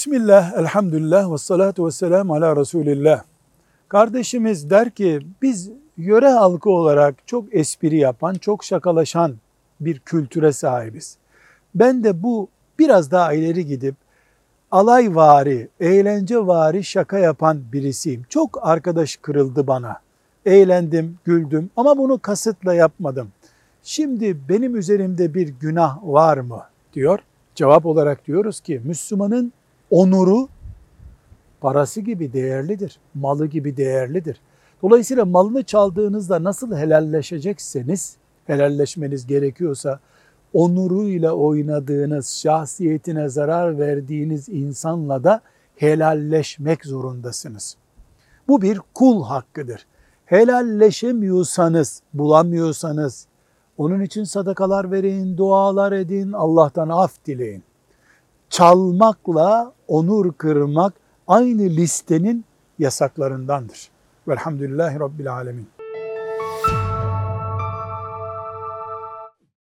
Bismillah, elhamdülillah, ve salatu ve selamu ala Resulillah. Kardeşimiz der ki, biz yöre halkı olarak çok espri yapan, çok şakalaşan bir kültüre sahibiz. Ben de bu biraz daha ileri gidip, alayvari, eğlencevari şaka yapan birisiyim. Çok arkadaş kırıldı bana. Eğlendim, güldüm ama bunu kasıtla yapmadım. Şimdi benim üzerimde bir günah var mı diyor. Cevap olarak diyoruz ki, Müslümanın onuru parası gibi değerlidir, malı gibi değerlidir. Dolayısıyla malını çaldığınızda nasıl helalleşecekseniz, helalleşmeniz gerekiyorsa, onuruyla oynadığınız, şahsiyetine zarar verdiğiniz insanla da helalleşmek zorundasınız. Bu bir kul hakkıdır. Helalleşemiyorsanız, bulamıyorsanız, onun için sadakalar verin, dualar edin, Allah'tan af dileyin. Çalmakla onur kırmak aynı listenin yasaklarındandır. Velhamdülillahi Rabbil Alemin.